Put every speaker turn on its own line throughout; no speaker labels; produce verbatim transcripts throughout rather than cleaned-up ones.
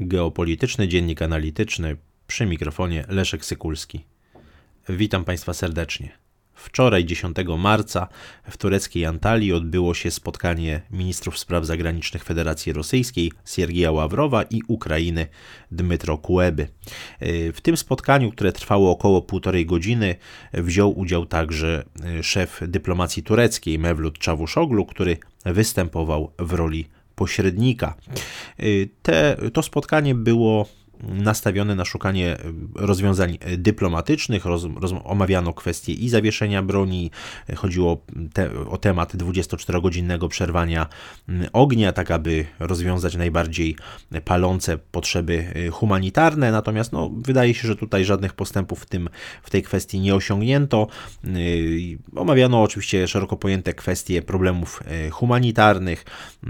Geopolityczny Dziennik Analityczny, przy mikrofonie Leszek Sykulski. Witam Państwa serdecznie. Wczoraj, dziesiątego marca, w tureckiej Antalii odbyło się spotkanie ministrów spraw zagranicznych Federacji Rosyjskiej Siergieja Ławrowa i Ukrainy Dmytro Kuleby. W tym spotkaniu, które trwało około półtorej godziny, wziął udział także szef dyplomacji tureckiej Mevlut Çavuşoğlu, który występował w roli pośrednika. Te, to spotkanie było nastawione na szukanie rozwiązań dyplomatycznych, roz, roz, omawiano kwestie i zawieszenia broni, chodziło te, o temat dwudziestoczterogodzinnego przerwania ognia, tak aby rozwiązać najbardziej palące potrzeby humanitarne, natomiast no, wydaje się, że tutaj żadnych postępów w, tym, w tej kwestii nie osiągnięto. Omawiano oczywiście szeroko pojęte kwestie problemów humanitarnych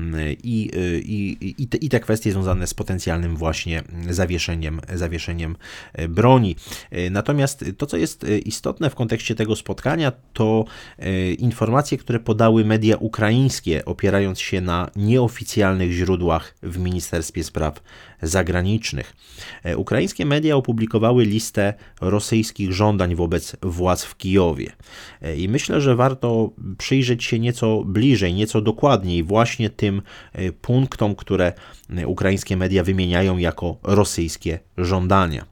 i, i, i, te, i te kwestie związane z potencjalnym właśnie zawieszeniem Zawieszeniem, zawieszeniem broni. Natomiast to, co jest istotne w kontekście tego spotkania, to informacje, które podały media ukraińskie, opierając się na nieoficjalnych źródłach w Ministerstwie Spraw Zagranicznych. Ukraińskie media opublikowały listę rosyjskich żądań wobec władz w Kijowie. I myślę, że warto przyjrzeć się nieco bliżej, nieco dokładniej właśnie tym punktom, które ukraińskie media wymieniają jako rosyjskie żądania.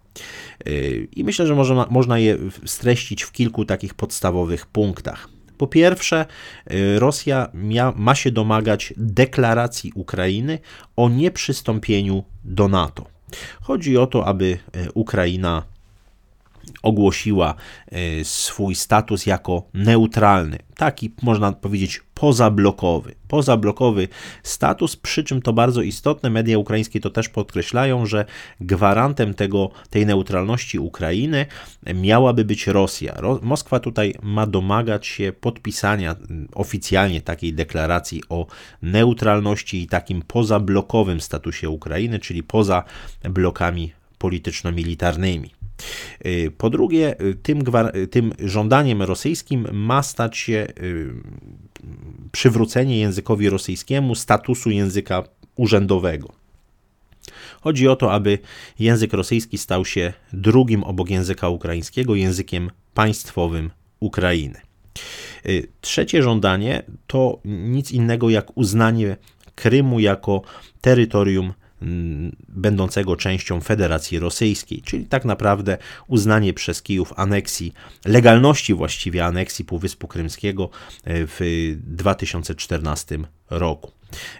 I myślę, że można, można je streścić w kilku takich podstawowych punktach. Po pierwsze, Rosja mia, ma się domagać deklaracji Ukrainy o nieprzystąpieniu do NATO. Chodzi o to, aby Ukraina ogłosiła swój status jako neutralny, taki można powiedzieć pozablokowy. Pozablokowy status, przy czym to bardzo istotne, media ukraińskie to też podkreślają, że gwarantem tego, tej neutralności Ukrainy miałaby być Rosja. Ro- Moskwa tutaj ma domagać się podpisania oficjalnie takiej deklaracji o neutralności i takim pozablokowym statusie Ukrainy, czyli poza blokami polityczno-militarnymi. Po drugie, tym, tym żądaniem rosyjskim ma stać się przywrócenie językowi rosyjskiemu statusu języka urzędowego. Chodzi o to, aby język rosyjski stał się drugim obok języka ukraińskiego językiem państwowym Ukrainy. Trzecie żądanie to nic innego jak uznanie Krymu jako terytorium będącego częścią Federacji Rosyjskiej, czyli tak naprawdę uznanie przez Kijów aneksji, legalności właściwie aneksji Półwyspu Krymskiego w dwa tysiące czternastym roku.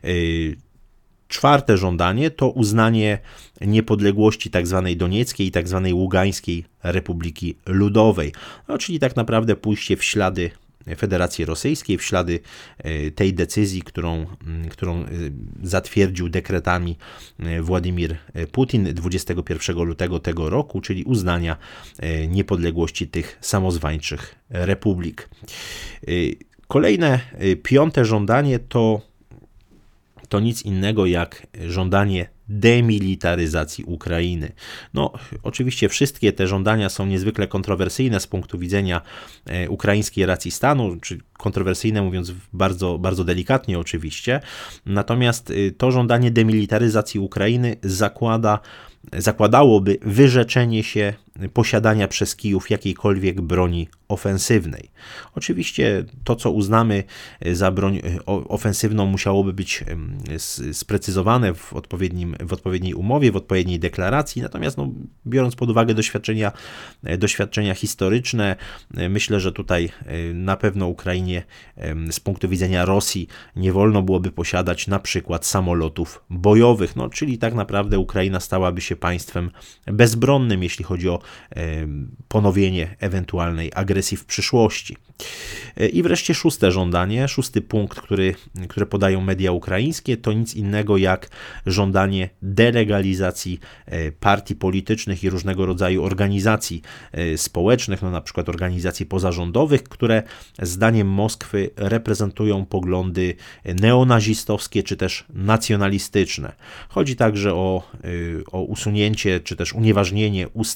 Czwarte żądanie to uznanie niepodległości tzw. Donieckiej i tzw. Ługańskiej Republiki Ludowej, no, czyli tak naprawdę pójście w ślady Federacji Rosyjskiej, w ślady tej decyzji, którą, którą zatwierdził dekretami Władimir Putin dwudziestego pierwszego lutego tego roku, czyli uznania niepodległości tych samozwańczych republik. Kolejne, piąte żądanie to, to nic innego jak żądanie demilitaryzacji Ukrainy. No, oczywiście wszystkie te żądania są niezwykle kontrowersyjne z punktu widzenia e, ukraińskiej racji stanu, czy kontrowersyjne mówiąc bardzo, bardzo delikatnie oczywiście, natomiast y, to żądanie demilitaryzacji Ukrainy zakłada, zakładałoby wyrzeczenie się posiadania przez Kijów jakiejkolwiek broni ofensywnej. Oczywiście to, co uznamy za broń ofensywną, musiałoby być sprecyzowane w, odpowiednim, w odpowiedniej umowie, w odpowiedniej deklaracji, natomiast no, biorąc pod uwagę doświadczenia, doświadczenia historyczne, myślę, że tutaj na pewno Ukrainie z punktu widzenia Rosji nie wolno byłoby posiadać na przykład samolotów bojowych, no, czyli tak naprawdę Ukraina stałaby się państwem bezbronnym, jeśli chodzi o ponowienie ewentualnej agresji w przyszłości. I wreszcie szóste żądanie, szósty punkt, który, które podają media ukraińskie, to nic innego jak żądanie delegalizacji partii politycznych i różnego rodzaju organizacji społecznych, no na przykład organizacji pozarządowych, które zdaniem Moskwy reprezentują poglądy neonazistowskie czy też nacjonalistyczne. Chodzi także o, o usunięcie czy też unieważnienie ustaw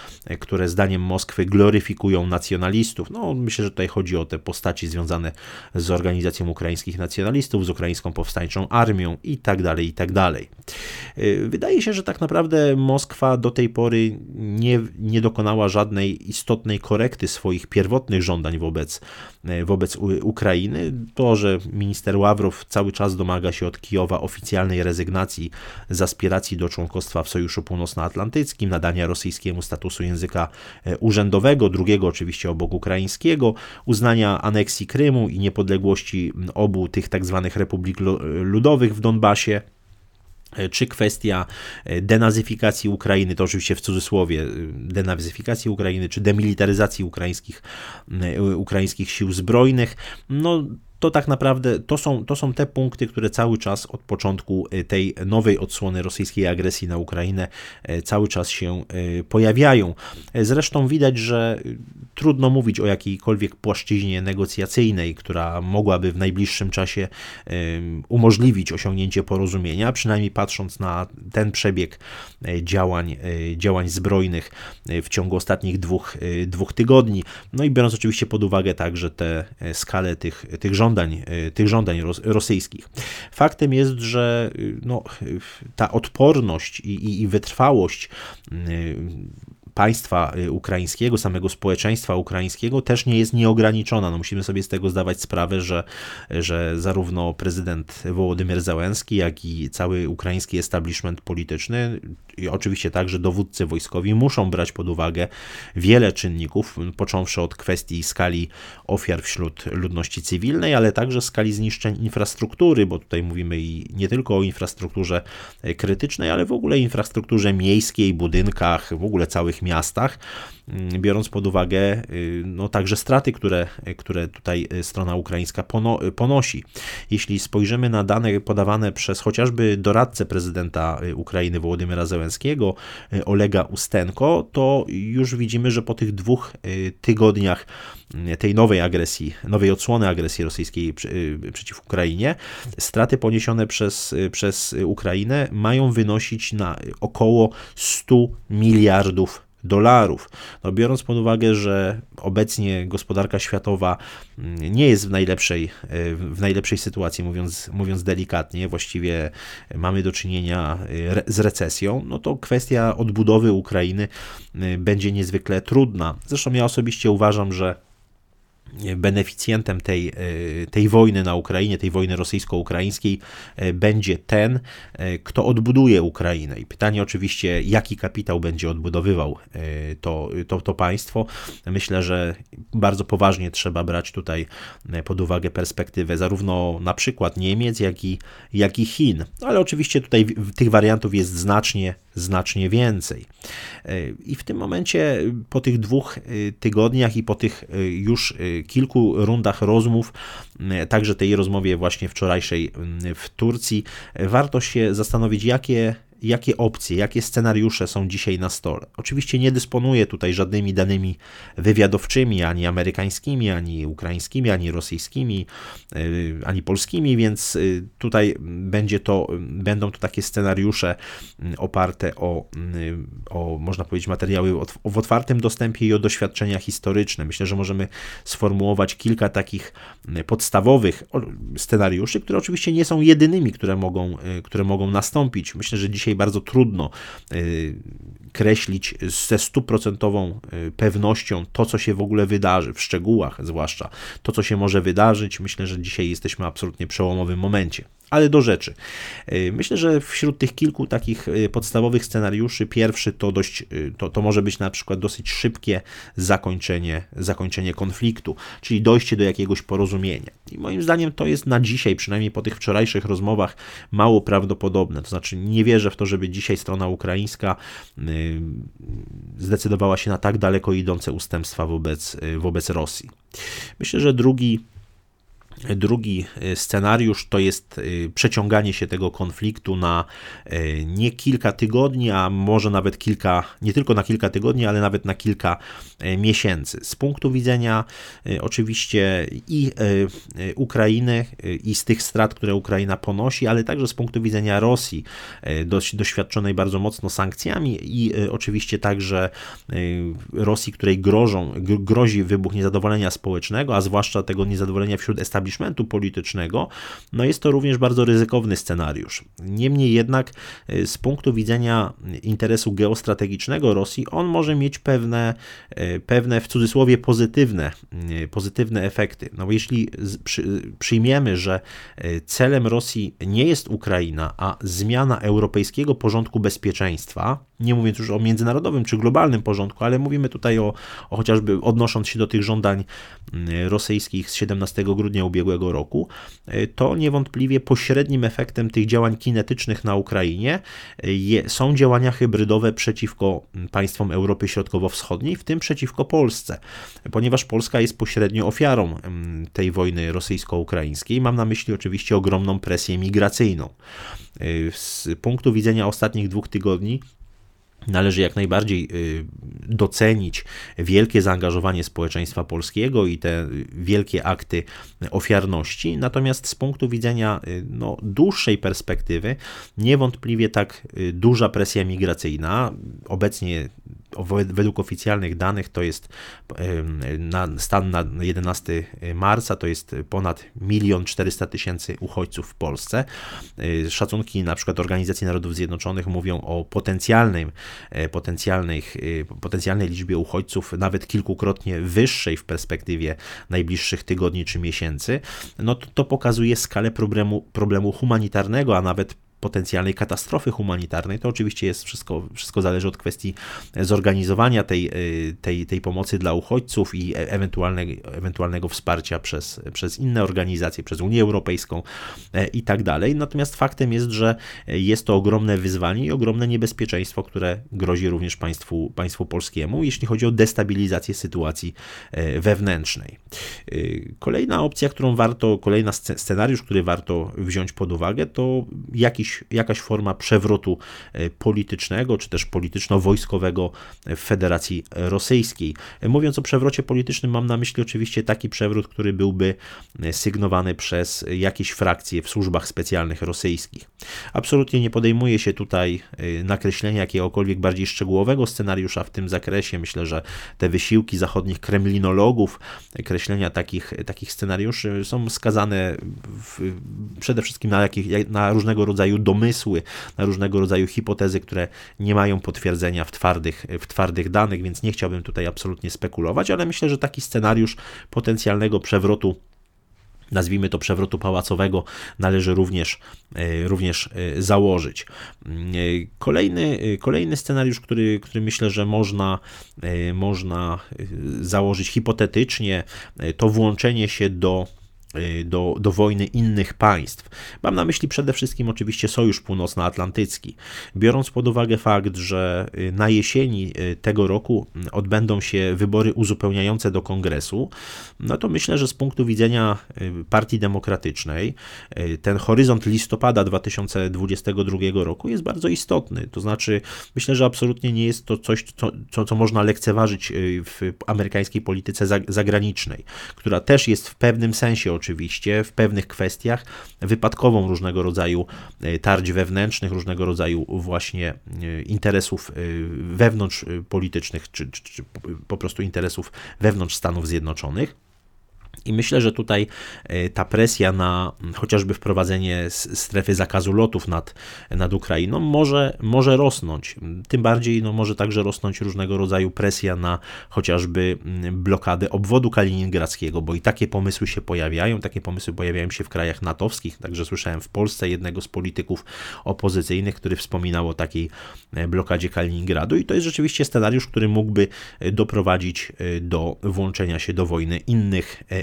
które zdaniem Moskwy gloryfikują nacjonalistów. No, myślę, że tutaj chodzi o te postaci związane z organizacją ukraińskich nacjonalistów, z ukraińską powstańczą armią i tak dalej, i tak dalej. Wydaje się, że tak naprawdę Moskwa do tej pory nie, nie dokonała żadnej istotnej korekty swoich pierwotnych żądań wobec, wobec Ukrainy. To, że minister Ławrow cały czas domaga się od Kijowa oficjalnej rezygnacji z aspiracji do członkostwa w Sojuszu Północnoatlantyckim, nadania rosyjskiemu statusu języka urzędowego, drugiego oczywiście obok ukraińskiego, uznania aneksji Krymu i niepodległości obu tych tak zwanych republik ludowych w Donbasie, czy kwestia denazyfikacji Ukrainy, to oczywiście w cudzysłowie, denazyfikacji Ukrainy, czy demilitaryzacji ukraińskich, ukraińskich sił zbrojnych, no to tak naprawdę to są, to są te punkty, które cały czas od początku tej nowej odsłony rosyjskiej agresji na Ukrainę cały czas się pojawiają. Zresztą widać, że trudno mówić o jakiejkolwiek płaszczyźnie negocjacyjnej, która mogłaby w najbliższym czasie umożliwić osiągnięcie porozumienia, przynajmniej patrząc na ten przebieg działań, działań zbrojnych w ciągu ostatnich dwóch, dwóch tygodni. No i biorąc oczywiście pod uwagę także tę skalę tych, tych żądań, tych żądań rosyjskich. Faktem jest, że no, ta odporność i, i, i wytrwałość państwa ukraińskiego, samego społeczeństwa ukraińskiego też nie jest nieograniczona. No, musimy sobie z tego zdawać sprawę, że, że zarówno prezydent Wołodymyr Zełenski, jak i cały ukraiński establishment polityczny i oczywiście także dowódcy wojskowi muszą brać pod uwagę wiele czynników, począwszy od kwestii skali ofiar wśród ludności cywilnej, ale także skali zniszczeń infrastruktury, bo tutaj mówimy i nie tylko o infrastrukturze krytycznej, ale w ogóle infrastrukturze miejskiej, budynkach, w ogóle całych miastach, biorąc pod uwagę no, także straty, które, które tutaj strona ukraińska pono, ponosi. Jeśli spojrzymy na dane podawane przez chociażby doradcę prezydenta Ukrainy Wołodymyra Zełenskiego, Olega Ustenko, to już widzimy, że po tych dwóch tygodniach tej nowej agresji, nowej odsłony agresji rosyjskiej przeciw Ukrainie, straty poniesione przez, przez Ukrainę mają wynosić na około stu miliardów dolarów. No, biorąc pod uwagę, że obecnie gospodarka światowa nie jest w najlepszej, w najlepszej sytuacji, mówiąc, mówiąc delikatnie, właściwie mamy do czynienia z recesją, no to kwestia odbudowy Ukrainy będzie niezwykle trudna. Zresztą ja osobiście uważam, że beneficjentem tej, tej wojny na Ukrainie, tej wojny rosyjsko-ukraińskiej będzie ten, kto odbuduje Ukrainę. I pytanie oczywiście, jaki kapitał będzie odbudowywał to, to, to państwo. Myślę, że bardzo poważnie trzeba brać tutaj pod uwagę perspektywę zarówno na przykład Niemiec, jak i, jak i Chin. Ale oczywiście tutaj tych wariantów jest znacznie, znacznie więcej. I w tym momencie po tych dwóch tygodniach i po tych już kilku rundach rozmów, także tej rozmowie właśnie wczorajszej w Turcji, warto się zastanowić, jakie jakie opcje, jakie scenariusze są dzisiaj na stole. Oczywiście nie dysponuję tutaj żadnymi danymi wywiadowczymi, ani amerykańskimi, ani ukraińskimi, ani rosyjskimi, ani polskimi, więc tutaj będzie to, będą to takie scenariusze oparte o, o można powiedzieć, materiały w otwartym dostępie i o doświadczenia historyczne. Myślę, że możemy sformułować kilka takich podstawowych scenariuszy, które oczywiście nie są jedynymi, które mogą, które mogą nastąpić. Myślę, że dzisiaj bardzo trudno kreślić ze stuprocentową pewnością to, co się w ogóle wydarzy, w szczegółach zwłaszcza, to, co się może wydarzyć. Myślę, że dzisiaj jesteśmy w absolutnie przełomowym momencie. Ale do rzeczy. Myślę, że wśród tych kilku takich podstawowych scenariuszy pierwszy to dość, to, to może być na przykład dosyć szybkie zakończenie, zakończenie konfliktu, czyli dojście do jakiegoś porozumienia. I moim zdaniem to jest na dzisiaj, przynajmniej po tych wczorajszych rozmowach, mało prawdopodobne. To znaczy nie wierzę w to, żeby dzisiaj strona ukraińska zdecydowała się na tak daleko idące ustępstwa wobec, wobec Rosji. Myślę, że drugi Drugi scenariusz to jest przeciąganie się tego konfliktu na nie kilka tygodni, a może nawet kilka, nie tylko na kilka tygodni, ale nawet na kilka miesięcy. Z punktu widzenia oczywiście i Ukrainy, i z tych strat, które Ukraina ponosi, ale także z punktu widzenia Rosji, dość doświadczonej bardzo mocno sankcjami, i oczywiście także Rosji, której grożą, grozi wybuch niezadowolenia społecznego, a zwłaszcza tego niezadowolenia wśród establishmentu politycznego, no jest to również bardzo ryzykowny scenariusz. Niemniej jednak z punktu widzenia interesu geostrategicznego Rosji, on może mieć pewne, pewne w cudzysłowie pozytywne, pozytywne efekty. No bo jeśli przy, przyjmiemy, że celem Rosji nie jest Ukraina, a zmiana europejskiego porządku bezpieczeństwa, nie mówiąc już o międzynarodowym czy globalnym porządku, ale mówimy tutaj o, o chociażby odnosząc się do tych żądań rosyjskich z siedemnastego grudnia ubiegłego roku, to niewątpliwie pośrednim efektem tych działań kinetycznych na Ukrainie je, są działania hybrydowe przeciwko państwom Europy Środkowo-Wschodniej, w tym przeciwko Polsce, ponieważ Polska jest pośrednio ofiarą tej wojny rosyjsko-ukraińskiej. Mam na myśli oczywiście ogromną presję migracyjną. Z punktu widzenia ostatnich dwóch tygodni należy jak najbardziej docenić wielkie zaangażowanie społeczeństwa polskiego i te wielkie akty ofiarności, według z punktu widzenia no, dłuższej perspektywy niewątpliwie tak duża presja migracyjna, obecnie według oficjalnych danych to jest na stan na jedenastego marca to jest ponad milion czterysta tysięcy uchodźców w Polsce. Szacunki na przykład Organizacji Narodów Zjednoczonych mówią o potencjalnym, potencjalnych, potencjalnej liczbie uchodźców nawet kilkukrotnie wyższej w perspektywie najbliższych tygodni czy miesięcy. No to, to pokazuje skalę problemu, problemu humanitarnego, a nawet potencjalnej katastrofy humanitarnej. To oczywiście jest wszystko, wszystko zależy od kwestii zorganizowania tej, tej, tej pomocy dla uchodźców i ewentualnego, ewentualnego wsparcia przez, przez inne organizacje, przez Unię Europejską i tak dalej. Natomiast faktem jest, że jest to ogromne wyzwanie i ogromne niebezpieczeństwo, które grozi również państwu, państwu polskiemu, jeśli chodzi o destabilizację sytuacji wewnętrznej. Kolejna opcja, którą warto, kolejny scenariusz, który warto wziąć pod uwagę, to jakiś jakaś forma przewrotu politycznego, czy też polityczno-wojskowego w Federacji Rosyjskiej. Mówiąc o przewrocie politycznym, mam na myśli oczywiście taki przewrót, który byłby sygnowany przez jakieś frakcje w służbach specjalnych rosyjskich. Absolutnie nie podejmuje się tutaj nakreślenia jakiegokolwiek bardziej szczegółowego scenariusza w tym zakresie. Myślę, że te wysiłki zachodnich kremlinologów, kreślenia takich, takich scenariuszy są skazane w, przede wszystkim na, jakich, na różnego rodzaju domysły, na różnego rodzaju hipotezy, które nie mają potwierdzenia w twardych, w twardych danych, więc nie chciałbym tutaj absolutnie spekulować, ale myślę, że taki scenariusz potencjalnego przewrotu, nazwijmy to przewrotu pałacowego, należy również, również założyć. Kolejny, kolejny scenariusz, który, który myślę, że można, można założyć hipotetycznie, to włączenie się do Do, do wojny innych państw. Mam na myśli przede wszystkim oczywiście Sojusz Północnoatlantycki. Biorąc pod uwagę fakt, że na jesieni tego roku odbędą się wybory uzupełniające do Kongresu, no to myślę, że z punktu widzenia Partii Demokratycznej ten horyzont listopada dwa tysiące dwudziestego drugiego roku jest bardzo istotny. To znaczy myślę, że absolutnie nie jest to coś, co, co, co można lekceważyć w amerykańskiej polityce zagranicznej, która też jest w pewnym sensie oczywiście w pewnych kwestiach wypadkową różnego rodzaju tarć wewnętrznych, różnego rodzaju właśnie interesów wewnątrz politycznych, czy, czy, czy po prostu interesów wewnątrz Stanów Zjednoczonych. I myślę, że tutaj ta presja na chociażby wprowadzenie strefy zakazu lotów nad, nad Ukrainą może, może rosnąć. Tym bardziej no, może także rosnąć różnego rodzaju presja na chociażby blokadę obwodu kaliningradzkiego, bo i takie pomysły się pojawiają, takie pomysły pojawiają się w krajach natowskich, także słyszałem w Polsce jednego z polityków opozycyjnych, który wspominał o takiej blokadzie Kaliningradu i to jest rzeczywiście scenariusz, który mógłby doprowadzić do włączenia się do wojny innych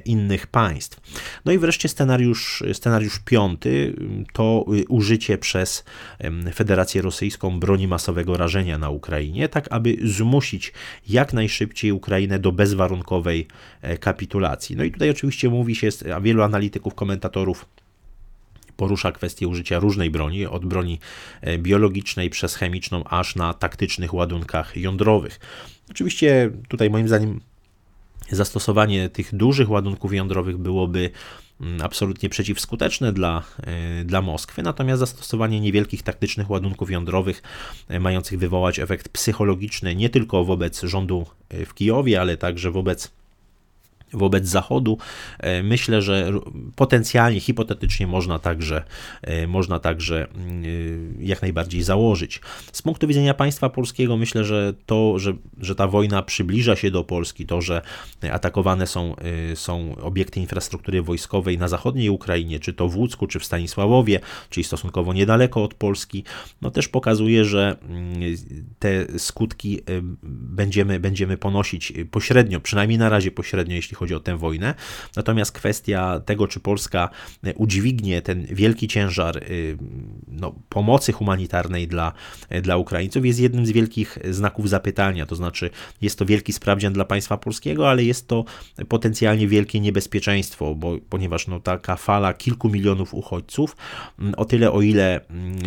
innych państw. No i wreszcie scenariusz, scenariusz piąty to użycie przez Federację Rosyjską broni masowego rażenia na Ukrainie, tak aby zmusić jak najszybciej Ukrainę do bezwarunkowej kapitulacji. No i tutaj oczywiście mówi się, a wielu analityków, komentatorów porusza kwestię użycia różnej broni, od broni biologicznej przez chemiczną, aż na taktycznych ładunkach jądrowych. Oczywiście tutaj moim zdaniem zastosowanie tych dużych ładunków jądrowych byłoby absolutnie przeciwskuteczne dla, dla Moskwy, natomiast zastosowanie niewielkich taktycznych ładunków jądrowych mających wywołać efekt psychologiczny nie tylko wobec rządu w Kijowie, ale także wobec wobec Zachodu, myślę, że potencjalnie, hipotetycznie można także, można także jak najbardziej założyć. Z punktu widzenia państwa polskiego myślę, że to, że, że ta wojna przybliża się do Polski, to, że atakowane są, są obiekty infrastruktury wojskowej na zachodniej Ukrainie, czy to w Łucku, czy w Stanisławowie, czyli stosunkowo niedaleko od Polski, no też pokazuje, że te skutki będziemy, będziemy ponosić pośrednio, przynajmniej na razie pośrednio, jeśli chodzi chodzi o tę wojnę. Natomiast kwestia tego, czy Polska udźwignie ten wielki ciężar no, pomocy humanitarnej dla, dla Ukraińców, jest jednym z wielkich znaków zapytania. To znaczy jest to wielki sprawdzian dla państwa polskiego, ale jest to potencjalnie wielkie niebezpieczeństwo, bo, ponieważ no, taka fala kilku milionów uchodźców, o tyle o ile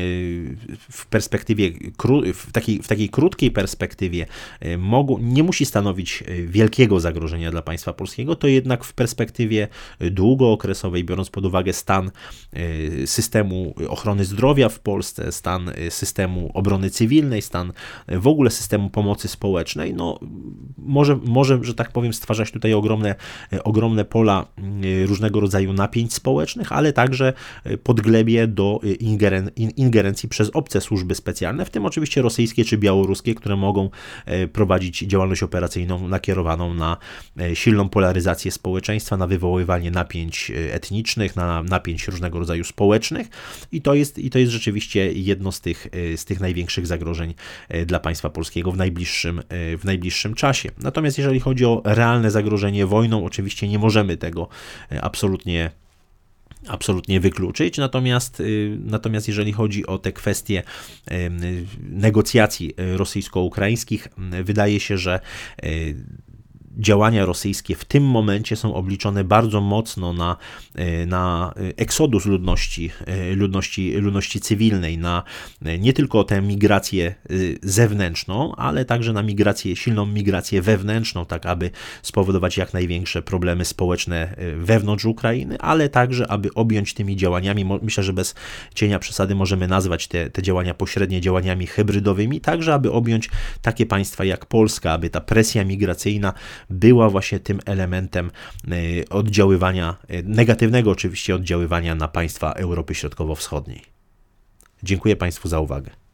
w perspektywie, w takiej, w takiej krótkiej perspektywie mogą, nie musi stanowić wielkiego zagrożenia dla państwa polskiego, to jednak w perspektywie długookresowej, biorąc pod uwagę stan systemu ochrony zdrowia w Polsce, stan systemu obrony cywilnej, stan w ogóle systemu pomocy społecznej, no może, może że tak powiem, stwarzać tutaj ogromne, ogromne pola różnego rodzaju napięć społecznych, ale także podglebie do ingeren, ingerencji przez obce służby specjalne, w tym oczywiście rosyjskie czy białoruskie, które mogą prowadzić działalność operacyjną nakierowaną na silną polaryzację społeczeństwa, na wywoływanie napięć etnicznych, na napięć różnego rodzaju społecznych i to jest, i to jest rzeczywiście jedno z tych, z tych największych zagrożeń dla państwa polskiego w najbliższym, w najbliższym czasie. Natomiast jeżeli chodzi o realne zagrożenie wojną, oczywiście nie możemy tego absolutnie absolutnie wykluczyć, natomiast, natomiast jeżeli chodzi o te kwestie negocjacji rosyjsko-ukraińskich, wydaje się, że działania rosyjskie w tym momencie są obliczone bardzo mocno na, na eksodus ludności, ludności, ludności cywilnej, na nie tylko tę migrację zewnętrzną, ale także na migrację, silną migrację wewnętrzną, tak aby spowodować jak największe problemy społeczne wewnątrz Ukrainy, ale także aby objąć tymi działaniami, myślę, że bez cienia przesady możemy nazwać te, te działania pośrednie działaniami hybrydowymi, także aby objąć takie państwa jak Polska, aby ta presja migracyjna była właśnie tym elementem oddziaływania, negatywnego oczywiście oddziaływania na państwa Europy Środkowo-Wschodniej. Dziękuję Państwu za uwagę.